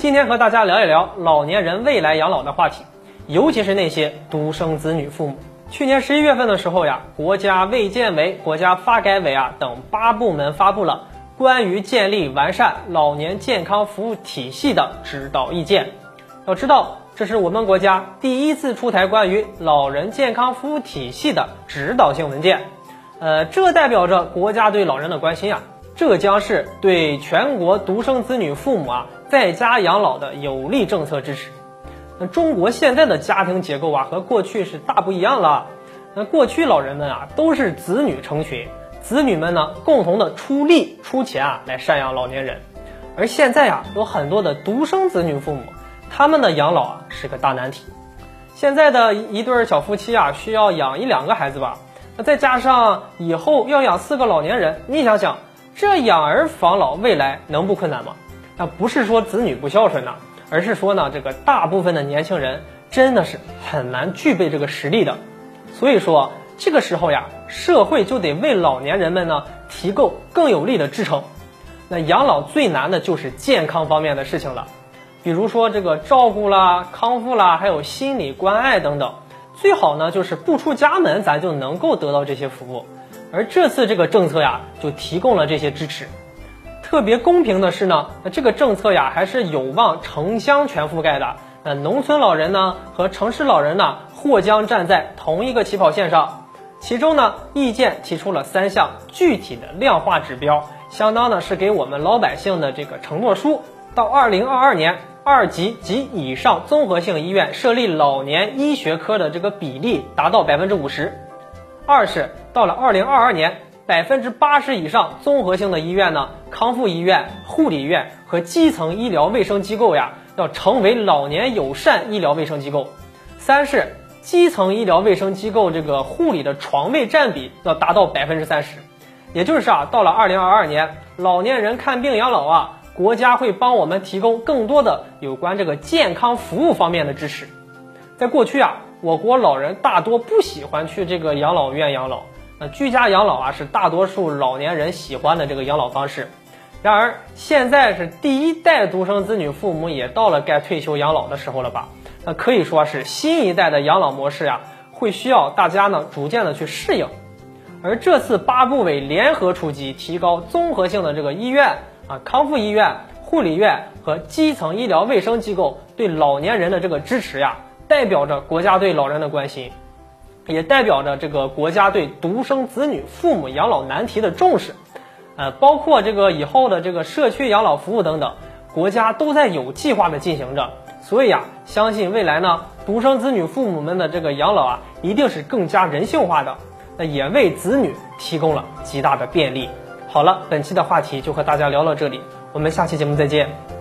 今天和大家聊一聊老年人未来养老的话题，尤其是那些独生子女父母。去年11月份的时候呀，国家卫健委、国家发改委等8部门发布了关于建立完善老年健康服务体系的指导意见。要知道，这是我们国家第一次出台关于老人健康服务体系的指导性文件。这代表着国家对老人的关心啊，这将是对全国独生子女父母在家养老的有力政策支持。中国现在的家庭结构和过去是大不一样了。过去老人们都是子女成群，子女们呢共同的出力出钱来赡养老年人，而现在有很多的独生子女父母，他们的养老是个大难题。现在的一对小夫妻需要养1-2个孩子吧，再加上以后要养4个老年人，你想想，这养儿防老未来能不困难吗？不是说子女不孝顺而是说呢，这个大部分的年轻人真的是很难具备这个实力的。所以说这个时候社会就得为老年人们呢提供更有力的支撑。那养老最难的就是健康方面的事情了，比如说这个照顾啦、康复啦，还有心理关爱等等，最好呢就是不出家门咱就能够得到这些服务。而这次这个政策就提供了这些支持。特别公平的是呢，这个政策还是有望城乡全覆盖的。农村老人呢和城市老人呢或将站在同一个起跑线上。其中呢，意见提出了3项具体的量化指标，相当的是给我们老百姓的这个承诺书。到2022年，2级及以上综合性医院设立老年医学科的这个比例达到50%。二是到了2022年，80%以上综合性的医院呢，康复医院、护理院和基层医疗卫生机构要成为老年友善医疗卫生机构。三是基层医疗卫生机构这个护理的床位占比要达到30%。也就是到了2022年，老年人看病养老国家会帮我们提供更多的有关这个健康服务方面的支持。在过去我国老人大多不喜欢去这个养老院养老，居家养老是大多数老年人喜欢的这个养老方式。然而现在是第一代独生子女父母也到了该退休养老的时候了吧？可以说是新一代的养老模式会需要大家呢逐渐的去适应。而这次8部委联合出击，提高综合性的这个医院康复医院、护理院和基层医疗卫生机构对老年人的这个支持代表着国家对老人的关心，也代表着这个国家对独生子女父母养老难题的重视。包括这个以后的这个社区养老服务等等，国家都在有计划的进行着。所以相信未来呢，独生子女父母们的这个养老一定是更加人性化的，也为子女提供了极大的便利。好了，本期的话题就和大家聊到这里，我们下期节目再见。